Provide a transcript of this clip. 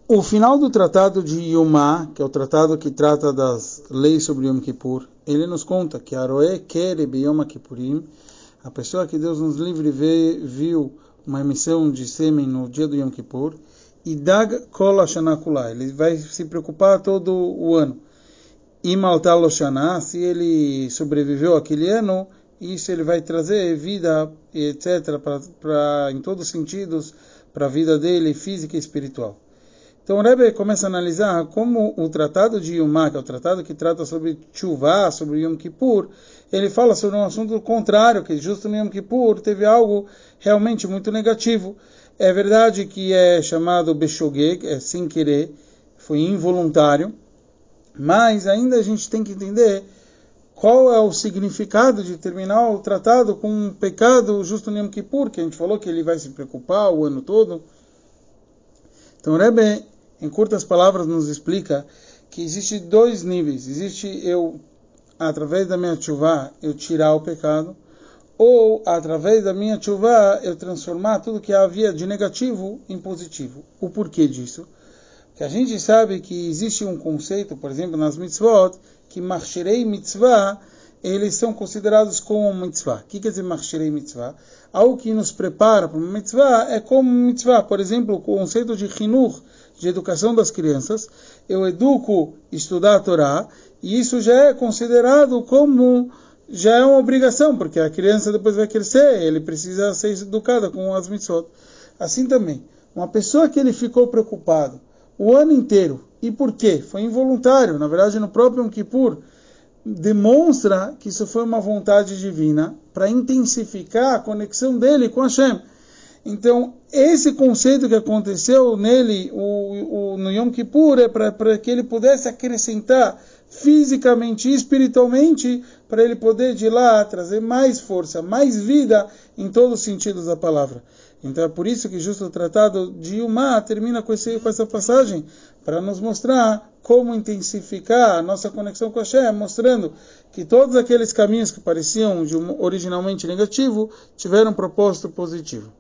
O final do tratado de Yomá, que é o tratado que trata das leis sobre Yom Kippur, ele nos conta que Aroé Kere Beyom Kippurim, a pessoa que Deus nos livre viu uma emissão de sêmen no dia do Yom Kippur, e Dag Kol Hashanah Kulá, ele vai se preocupar todo o ano. E Maltal Oshana, se ele sobreviveu aquele ano, isso ele vai trazer vida, etc., em todos os sentidos, para a vida dele, física e espiritual. Então o Rebbe começa a analisar como o tratado de Yomá, que é o tratado que trata sobre Tshuvah, sobre Yom Kippur, ele fala sobre um assunto contrário, que justo no Yom Kippur teve algo realmente muito negativo. É verdade que é chamado Beshogeg, é sem querer, foi involuntário, mas ainda a gente tem que entender qual é o significado de terminar o tratado com um pecado justo no Yom Kippur, que a gente falou que ele vai se preocupar o ano todo. Então o Rebbe, em curtas palavras, nos explica que existe dois níveis. Existe eu, através da minha tshuvah, eu tirar o pecado, ou através da minha tshuvah, eu transformar tudo que havia de negativo em positivo. O porquê disso? Que a gente sabe que existe um conceito, por exemplo, nas mitzvot, que machshirei mitzvah, eles são considerados como mitzvah. O que quer dizer machshirei mitzvah? Algo que nos prepara para uma mitzvah é como mitzvah. Por exemplo, o conceito de chinuch, de educação das crianças. Eu educo estudar a Torá, e isso já é considerado como, já é uma obrigação, porque a criança depois vai crescer, ele precisa ser educada com as mitzvot. Assim também, uma pessoa que ele ficou preocupado o ano inteiro, e por quê? Foi involuntário, na verdade no próprio Yom Kippur, demonstra que isso foi uma vontade divina para intensificar a conexão dele com Hashem. Então, esse conceito que aconteceu nele no Yom Kippur é para que ele pudesse acrescentar fisicamente e espiritualmente, para ele poder de lá trazer mais força, mais vida em todos os sentidos da palavra. Então é por isso que justo o tratado de Yomá termina com essa passagem, para nos mostrar como intensificar a nossa conexão com Hashem, mostrando que todos aqueles caminhos que pareciam originalmente negativos tiveram um propósito positivo.